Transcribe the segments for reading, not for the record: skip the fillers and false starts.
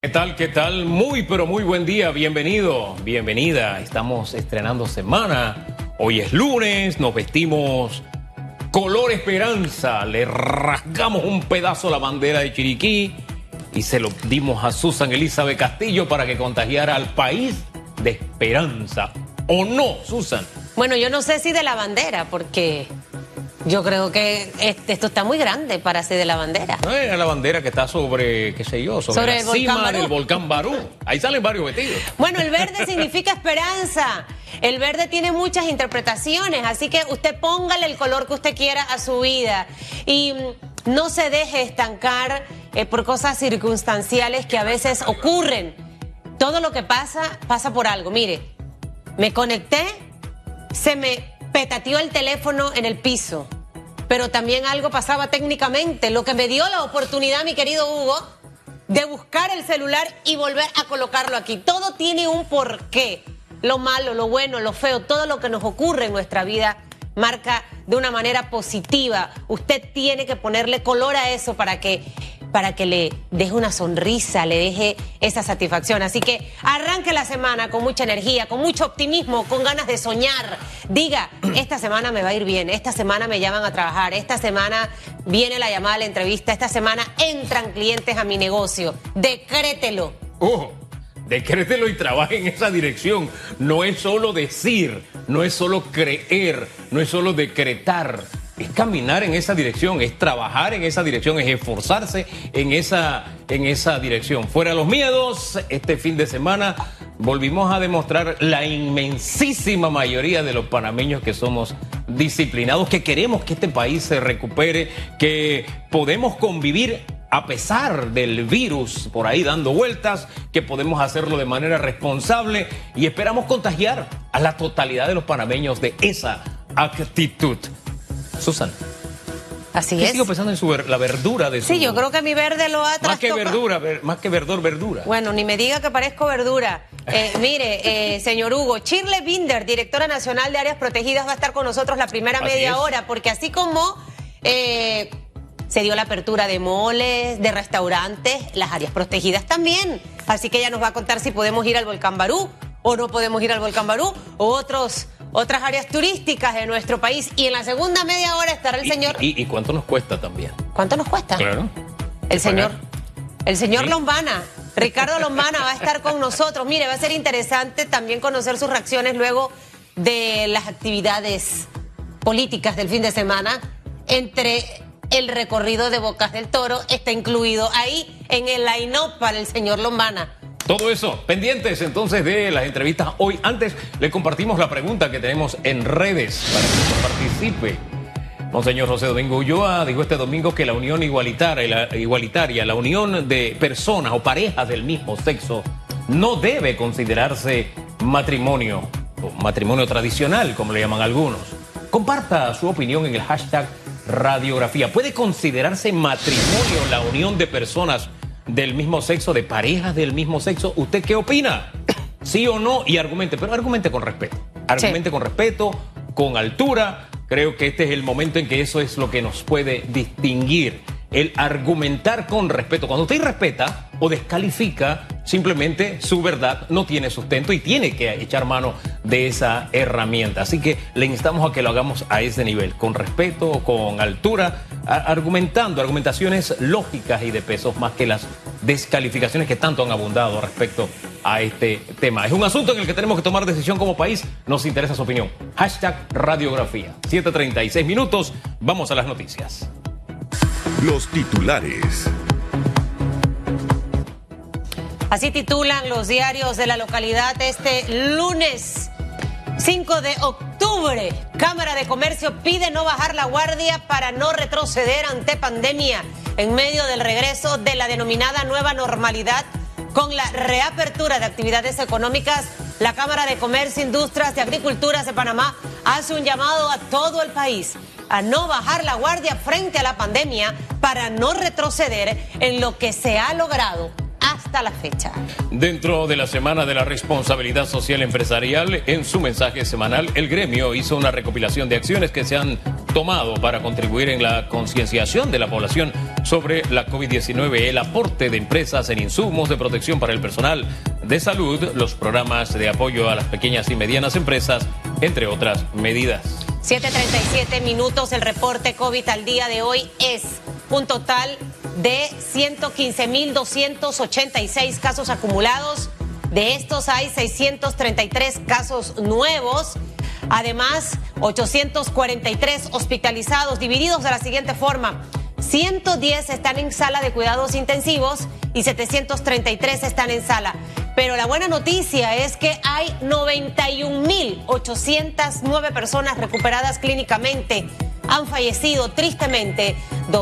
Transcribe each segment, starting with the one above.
¿Qué tal? ¿Qué tal? Muy, pero muy buen día. Bienvenido, bienvenida. Estamos estrenando semana. Hoy es lunes, nos vestimos color esperanza. Le rasgamos un pedazo a la bandera de Chiriquí y se lo dimos a Susan Elizabeth Castillo para que contagiara al país de esperanza. ¿O no, Susan? Bueno, yo no sé si de la bandera, porque yo creo que esto está muy grande para ser de la bandera. No era la bandera que está sobre, qué sé yo, sobre la cima del volcán Barú. Ahí salen varios vestidos. Bueno, el verde significa esperanza. El verde tiene muchas interpretaciones, así que usted póngale el color que usted quiera a su vida y no se deje estancar por cosas circunstanciales que a veces ocurren. Todo lo que pasa, pasa por algo. Mire, me conecté, se me petateó el teléfono en el piso, pero también algo pasaba técnicamente, lo que me dio la oportunidad, mi querido Hugo, de buscar el celular y volver a colocarlo aquí. Todo tiene un porqué. Lo malo, lo bueno, lo feo, todo lo que nos ocurre en nuestra vida marca de una manera positiva. Usted tiene que ponerle color a eso para que le deje una sonrisa, le deje esa satisfacción. Así que arranque la semana con mucha energía, con mucho optimismo, con ganas de soñar. Diga, esta semana me va a ir bien, esta semana me llaman a trabajar, esta semana viene la llamada a la entrevista, esta semana entran clientes a mi negocio. Decrételo. Decrételo y trabaje en esa dirección. No es solo decir, no es solo creer, no es solo decretar. Es caminar en esa dirección, es trabajar en esa dirección, es esforzarse en esa dirección. Fuera los miedos, este fin de semana volvimos a demostrar la inmensísima mayoría de los panameños que somos disciplinados, que queremos que este país se recupere, que podemos convivir a pesar del virus por ahí dando vueltas, que podemos hacerlo de manera responsable y esperamos contagiar a la totalidad de los panameños de esa actitud. Susan. Así es. Sigo pensando en la verdura de su... Sí, yo creo que mi verde lo ha trastocado. Más que verdura. Bueno, ni me diga que parezco verdura. Mire, señor Hugo, Shirley Binder, directora nacional de áreas protegidas, va a estar con nosotros la primera media hora, porque así como se dio la apertura de moles, de restaurantes, las áreas protegidas también. Así que ella nos va a contar si podemos ir al volcán Barú o no podemos ir al volcán Barú o otras áreas turísticas de nuestro país. Y en la segunda media hora estará el señor... ¿Y cuánto nos cuesta también? ¿Cuánto nos cuesta? Claro. El señor ¿sí? Lombana, Ricardo Lombana va a estar con nosotros. Mire, va a ser interesante también conocer sus reacciones luego de las actividades políticas del fin de semana. Entre el recorrido de Bocas del Toro está incluido ahí en el line-up para el señor Lombana. Todo eso, pendientes entonces de las entrevistas hoy. Antes le compartimos la pregunta que tenemos en redes para que usted participe. Monseñor José Domingo Ulloa dijo este domingo que la unión igualitaria, la unión de personas o parejas del mismo sexo, no debe considerarse matrimonio o matrimonio tradicional, como le llaman algunos. Comparta su opinión en el hashtag Radiografía. ¿Puede considerarse matrimonio la unión de personas del mismo sexo, de parejas del mismo sexo? ¿Usted qué opina? ¿Sí o no? Y argumente, pero argumente con respeto. Argumente con respeto, con altura. Creo que este es el momento en que eso es lo que nos puede distinguir. El argumentar con respeto. Cuando usted irrespeta o descalifica, simplemente su verdad no tiene sustento y tiene que echar mano de esa herramienta. Así que le instamos a que lo hagamos a ese nivel, con respeto, con altura, argumentaciones lógicas y de pesos, más que las descalificaciones que tanto han abundado respecto a este tema. Es un asunto en el que tenemos que tomar decisión como país. Nos interesa su opinión. Hashtag Radiografía. 7:36 minutos. Vamos a las noticias. Los titulares. Así titulan los diarios de la localidad este lunes 5 de octubre. Cámara de Comercio pide no bajar la guardia para no retroceder ante pandemia en medio del regreso de la denominada nueva normalidad. Con la reapertura de actividades económicas, la Cámara de Comercio, Industrias y Agriculturas de Panamá hace un llamado a todo el país a no bajar la guardia frente a la pandemia para no retroceder en lo que se ha logrado hasta la fecha. Dentro de la Semana de la Responsabilidad Social Empresarial, en su mensaje semanal, el gremio hizo una recopilación de acciones que se han tomado para contribuir en la concienciación de la población sobre la COVID-19, el aporte de empresas en insumos de protección para el personal de salud, los programas de apoyo a las pequeñas y medianas empresas, entre otras medidas. 7:37 minutos. El reporte COVID al día de hoy es un total de 115.286 casos acumulados. De estos hay 633 casos nuevos. Además, 843 hospitalizados, divididos de la siguiente forma: 110 están en sala de cuidados intensivos y 733 están en sala. Pero la buena noticia es que hay 91.809 personas recuperadas clínicamente. Han fallecido tristemente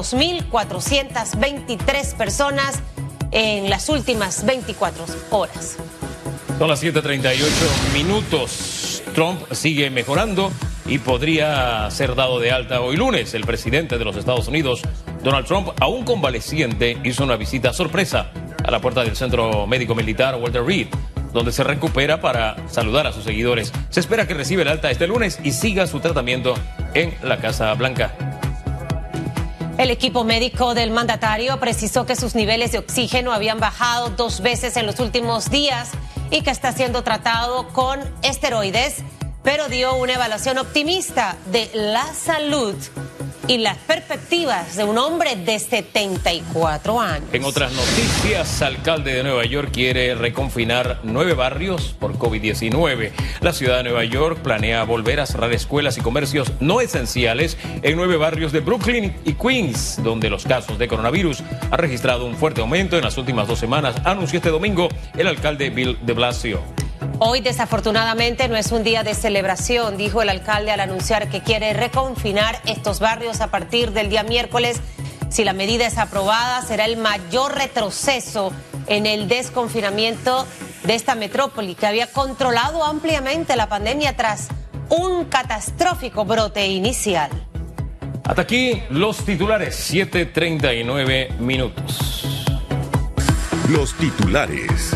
2.423 personas en las últimas 24 horas. Son las 7:38 minutos. Trump sigue mejorando y podría ser dado de alta hoy lunes. El presidente de los Estados Unidos, Donald Trump, aún convaleciente, hizo una visita sorpresa a la puerta del Centro Médico Militar Walter Reed, donde se recupera para saludar a sus seguidores. Se espera que reciba el alta este lunes y siga su tratamiento en la Casa Blanca. El equipo médico del mandatario precisó que sus niveles de oxígeno habían bajado 2 veces en los últimos días y que está siendo tratado con esteroides, pero dio una evaluación optimista de la salud y las perspectivas de un hombre de 74 años. En otras noticias, alcalde de Nueva York quiere reconfinar 9 barrios por COVID-19. La ciudad de Nueva York planea volver a cerrar escuelas y comercios no esenciales en 9 barrios de Brooklyn y Queens, donde los casos de coronavirus han registrado un fuerte aumento en las últimas 2 semanas, anunció este domingo el alcalde Bill de Blasio. Hoy, desafortunadamente, no es un día de celebración, dijo el alcalde al anunciar que quiere reconfinar estos barrios a partir del día miércoles. Si la medida es aprobada, será el mayor retroceso en el desconfinamiento de esta metrópoli, que había controlado ampliamente la pandemia tras un catastrófico brote inicial. Hasta aquí los titulares, 7:39 minutos. Los titulares.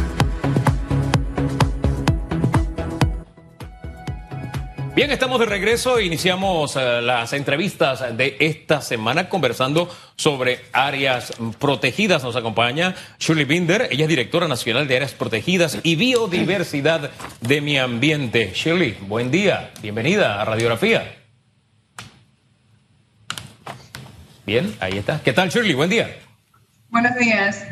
Bien, estamos de regreso. Iniciamos las entrevistas de esta semana conversando sobre áreas protegidas. Nos acompaña Shirley Binder, ella es directora nacional de áreas protegidas y biodiversidad de mi ambiente. Shirley, buen día, bienvenida a Radiografía. Bien, ahí está. ¿Qué tal, Shirley? Buen día. Buenos días.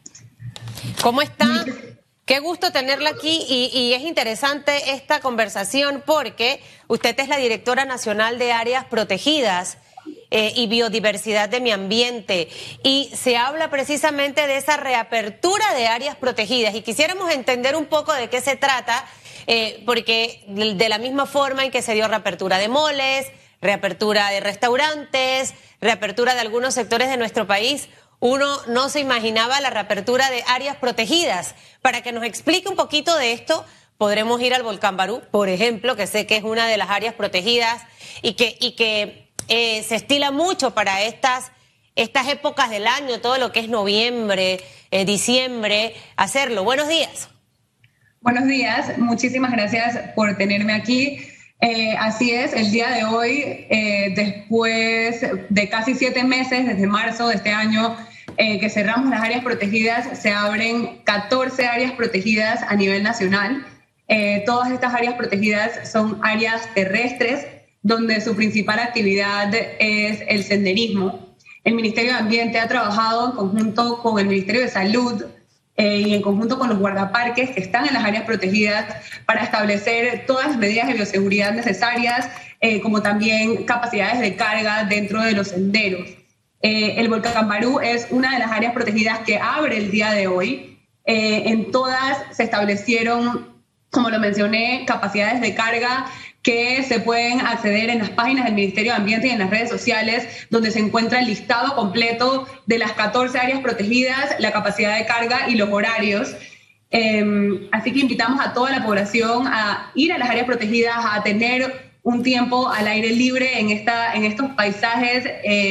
¿Cómo está? Qué gusto tenerla aquí y es interesante esta conversación porque usted es la directora nacional de áreas protegidas y biodiversidad de mi ambiente y se habla precisamente de esa reapertura de áreas protegidas y quisiéramos entender un poco de qué se trata porque de la misma forma en que se dio reapertura de moles, reapertura de restaurantes, reapertura de algunos sectores de nuestro país, uno no se imaginaba la reapertura de áreas protegidas. Para que nos explique un poquito de esto, podremos ir al Volcán Barú, por ejemplo, que sé que es una de las áreas protegidas y que se estila mucho para estas épocas del año, todo lo que es noviembre, diciembre, hacerlo. Buenos días. Buenos días, muchísimas gracias por tenerme aquí. Así es, el día de hoy, después de casi 7 meses, desde marzo de este año, que cerramos las áreas protegidas, se abren 14 áreas protegidas a nivel nacional. Todas estas áreas protegidas son áreas terrestres, donde su principal actividad es el senderismo. El Ministerio de Ambiente ha trabajado en conjunto con el Ministerio de Salud y en conjunto con los guardaparques que están en las áreas protegidas para establecer todas las medidas de bioseguridad necesarias, como también capacidades de carga dentro de los senderos. El Volcán Barú es una de las áreas protegidas que abre el día de hoy. En todas se establecieron, como lo mencioné, capacidades de carga que se pueden acceder en las páginas del Ministerio de Ambiente y en las redes sociales, donde se encuentra el listado completo de las 14 áreas protegidas, la capacidad de carga y los horarios. Así que invitamos a toda la población a ir a las áreas protegidas, a tener un tiempo al aire libre en estos paisajes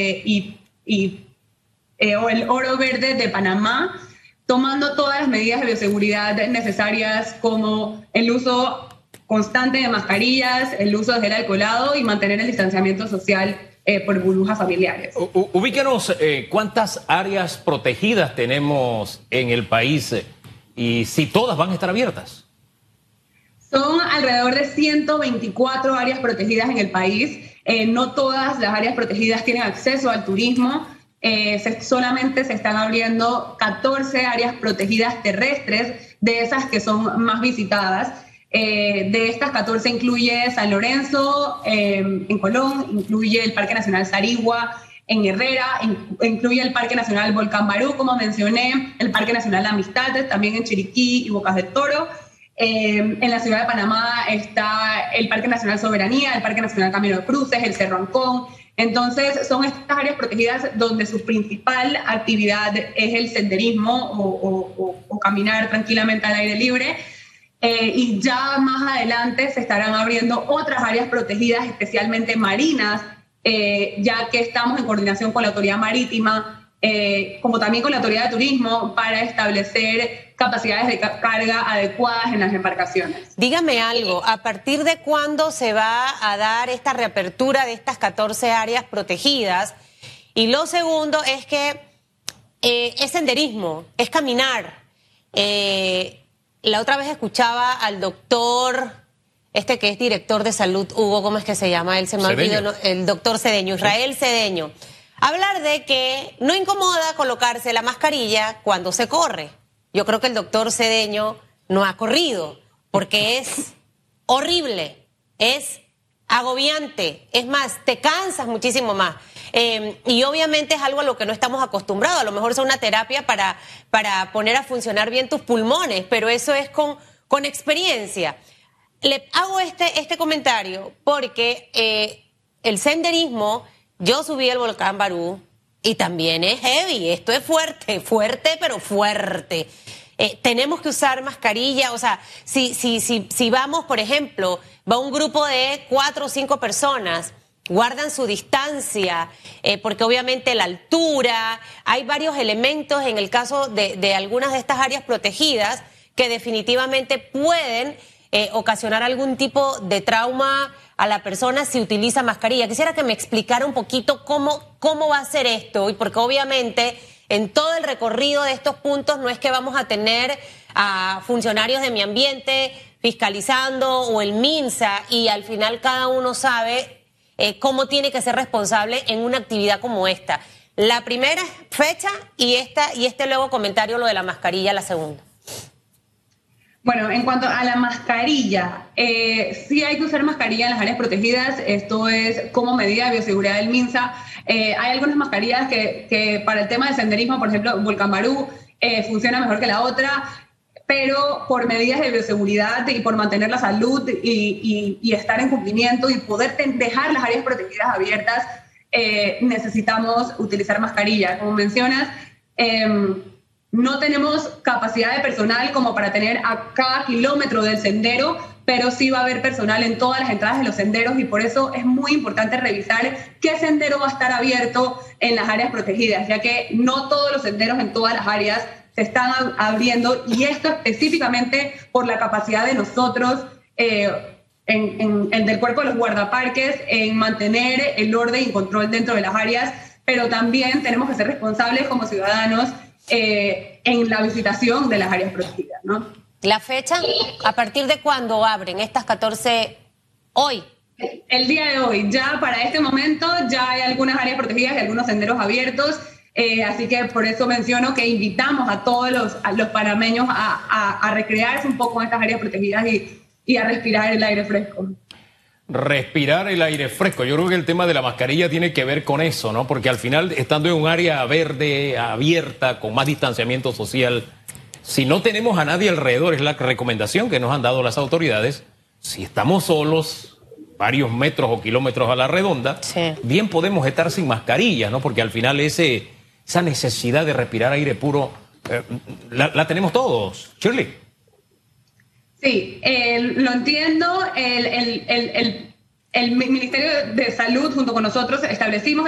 o el oro verde de Panamá, tomando todas las medidas de bioseguridad necesarias como el uso constante de mascarillas, el uso de gel alcoholado y mantener el distanciamiento social por burbujas familiares. Ubíquenos cuántas áreas protegidas tenemos en el país y si todas van a estar abiertas. Son alrededor de 124 áreas protegidas en el país. No todas las áreas protegidas tienen acceso al turismo. Solamente se están abriendo 14 áreas protegidas terrestres, de esas que son más visitadas. De estas 14 incluye San Lorenzo en Colón, incluye el Parque Nacional Sarigua en Herrera, incluye el Parque Nacional Volcán Barú, como mencioné, el Parque Nacional Amistades, también en Chiriquí y Bocas del Toro. En la ciudad de Panamá está el Parque Nacional Soberanía, el Parque Nacional Camino de Cruces, el Cerro Ancón. Entonces, son estas áreas protegidas donde su principal actividad es el senderismo o caminar tranquilamente al aire libre. Y ya más adelante se estarán abriendo otras áreas protegidas, especialmente marinas, ya que estamos en coordinación con la Autoridad Marítima, como también con la Autoridad de Turismo, para establecer capacidades de carga adecuadas en las embarcaciones. Dígame algo, ¿a partir de cuándo se va a dar esta reapertura de estas 14 áreas protegidas? Y lo segundo es que es senderismo, es caminar. La otra vez escuchaba al doctor, que es director de salud, Hugo, ¿cómo es que se llama? Él se me olvidó, ¿no? El doctor Cedeño, Israel Cedeño, hablar de que no incomoda colocarse la mascarilla cuando se corre. Yo creo que el doctor Cedeño no ha corrido, porque es horrible, es agobiante, es más, te cansas muchísimo más. Y obviamente es algo a lo que no estamos acostumbrados, a lo mejor es una terapia para poner a funcionar bien tus pulmones, pero eso es con experiencia. Le hago este comentario porque el senderismo, yo subí el volcán Barú y también es heavy, esto es fuerte, pero fuerte. Tenemos que usar mascarilla, o sea, si vamos, por ejemplo, va un grupo de 4 o 5 personas, guardan su distancia, porque obviamente la altura, hay varios elementos en el caso de algunas de estas áreas protegidas que definitivamente pueden ocasionar algún tipo de trauma a la persona si utiliza mascarilla. Quisiera que me explicara un poquito cómo va a ser esto, y porque obviamente en todo el recorrido de estos puntos no es que vamos a tener a funcionarios de medio ambiente fiscalizando o el MINSA, y al final cada uno sabe cómo tiene que ser responsable en una actividad como esta. La primera fecha y luego comentario lo de la mascarilla, la segunda. Bueno, en cuanto a la mascarilla, sí hay que usar mascarilla en las áreas protegidas. Esto es como medida de bioseguridad del MINSA. Hay algunas mascarillas que para el tema del senderismo, por ejemplo, Volcán Barú, funciona mejor que la otra, pero por medidas de bioseguridad y por mantener la salud y estar en cumplimiento y poder dejar las áreas protegidas abiertas, necesitamos utilizar mascarilla. Como mencionas, no tenemos capacidad de personal como para tener a cada kilómetro del sendero, pero sí va a haber personal en todas las entradas de los senderos, y por eso es muy importante revisar qué sendero va a estar abierto en las áreas protegidas, ya que no todos los senderos en todas las áreas se están abriendo, y esto específicamente por la capacidad de nosotros, del cuerpo de los guardaparques, en mantener el orden y control dentro de las áreas, pero también tenemos que ser responsables como ciudadanos en la visitación de las áreas protegidas, ¿no? ¿La fecha? ¿A partir de cuándo abren estas 14 hoy? El día de hoy, ya para este momento, ya hay algunas áreas protegidas y algunos senderos abiertos, así que por eso menciono que invitamos a todos los panameños a recrearse un poco en estas áreas protegidas y a respirar el aire fresco. Respirar el aire fresco. Yo creo que el tema de la mascarilla tiene que ver con eso, ¿no? Porque al final, estando en un área verde, abierta, con más distanciamiento social, si no tenemos a nadie alrededor, es la recomendación que nos han dado las autoridades, si estamos solos, varios metros o kilómetros a la redonda, sí, bien podemos estar sin mascarilla, ¿no? Porque al final esa necesidad de respirar aire puro la tenemos todos. Shirley. Sí, lo entiendo. El Ministerio de Salud junto con nosotros establecimos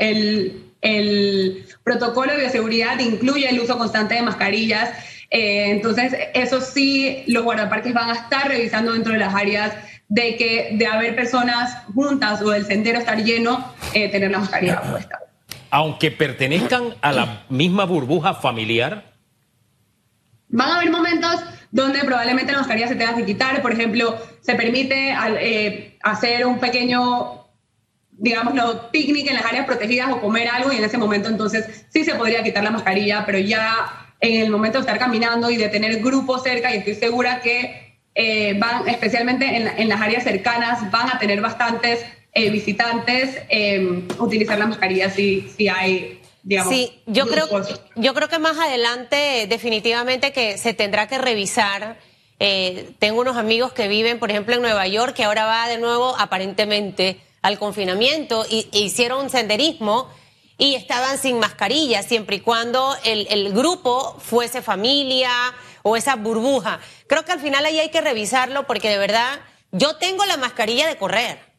el protocolo de bioseguridad, incluye el uso constante de mascarillas. Entonces, eso sí, los guardaparques van a estar revisando dentro de las áreas de haber personas juntas o el sendero estar lleno, tener la mascarilla puesta. Aunque pertenezcan a la misma burbuja familiar. Van a haber momentos donde probablemente la mascarilla se tenga que quitar. Por ejemplo, se permite hacer un pequeño, digámoslo, picnic en las áreas protegidas o comer algo, y en ese momento entonces sí se podría quitar la mascarilla, pero ya en el momento de estar caminando y de tener grupos cerca, y estoy segura que van, especialmente en las áreas cercanas, van a tener bastantes visitantes, utilizar la mascarilla si hay, digamos, sí, yo creo que más adelante definitivamente que se tendrá que revisar. Tengo unos amigos que viven, por ejemplo, en Nueva York, que ahora va de nuevo aparentemente al confinamiento, e hicieron senderismo y estaban sin mascarilla, siempre y cuando el grupo fuese familia o esa burbuja. Creo que al final ahí hay que revisarlo, porque de verdad yo tengo la mascarilla de correr.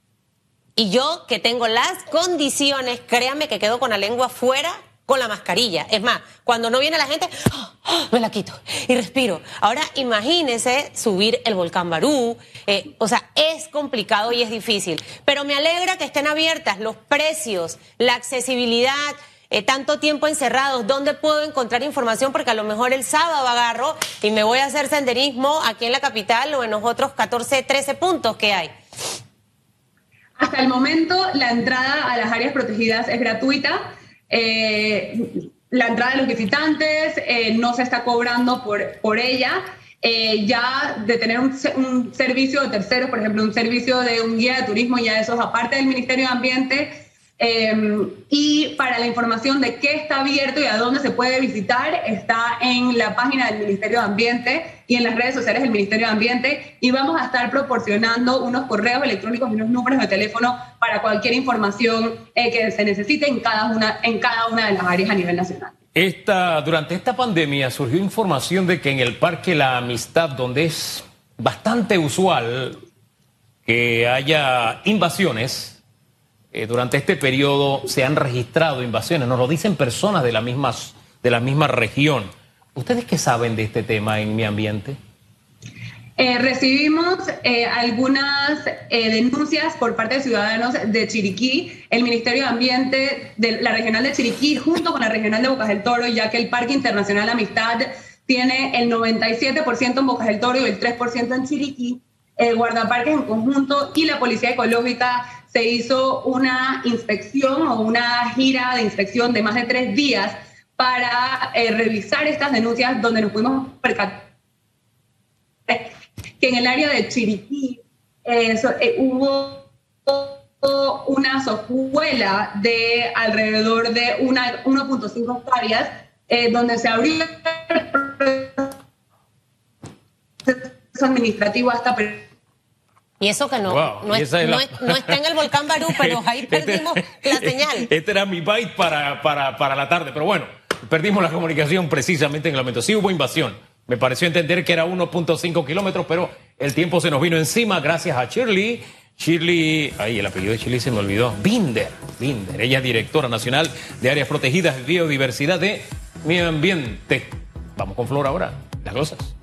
Y yo, que tengo las condiciones, créanme que quedo con la lengua fuera con la mascarilla. Es más, cuando no viene la gente, me la quito y respiro. Ahora imagínense subir el volcán Barú. O sea, es complicado y es difícil. Pero me alegra que estén abiertas los precios, la accesibilidad, tanto tiempo encerrados. ¿Dónde puedo encontrar información? Porque a lo mejor el sábado agarro y me voy a hacer senderismo aquí en la capital o en los otros 14, 13 puntos que hay. Hasta el momento, la entrada a las áreas protegidas es gratuita. La entrada de los visitantes no se está cobrando por ella. Ya de tener un servicio de terceros, por ejemplo, un servicio de un guía de turismo, ya eso es aparte del Ministerio de Ambiente. Y para la información de qué está abierto y a dónde se puede visitar, está en la página del Ministerio de Ambiente y en las redes sociales del Ministerio de Ambiente, y vamos a estar proporcionando unos correos electrónicos y unos números de teléfono para cualquier información que se necesite en cada una de las áreas a nivel nacional. Durante esta pandemia surgió información de que en el Parque La Amistad, donde es bastante usual que haya invasiones, durante este periodo se han registrado invasiones. Nos lo dicen personas de la misma región. ¿Ustedes qué saben de este tema en Mi Ambiente? Recibimos algunas denuncias por parte de ciudadanos de Chiriquí. El Ministerio de Ambiente de la Regional de Chiriquí, junto con la Regional de Bocas del Toro, ya que el Parque Internacional Amistad tiene el 97% en Bocas del Toro y el 3% en Chiriquí, el guardaparques en conjunto y la Policía Ecológica se hizo una inspección o una gira de inspección de más de 3 días para revisar estas denuncias, donde nos pudimos percatar que en el área de Chiriquí hubo una sojuela de alrededor de 1.5 hectáreas, donde se abrió el proceso administrativo hasta... Y eso que no está en el volcán Barú, pero ahí perdimos la señal. Este era mi byte para la tarde, pero bueno, perdimos la comunicación precisamente en el momento. Sí hubo invasión. Me pareció entender que era 1.5 kilómetros, pero el tiempo se nos vino encima gracias a Shirley. El apellido de Shirley se me olvidó. Binder. Ella es directora nacional de áreas protegidas de biodiversidad de Mi Ambiente. Vamos con Flor ahora. Las glosas.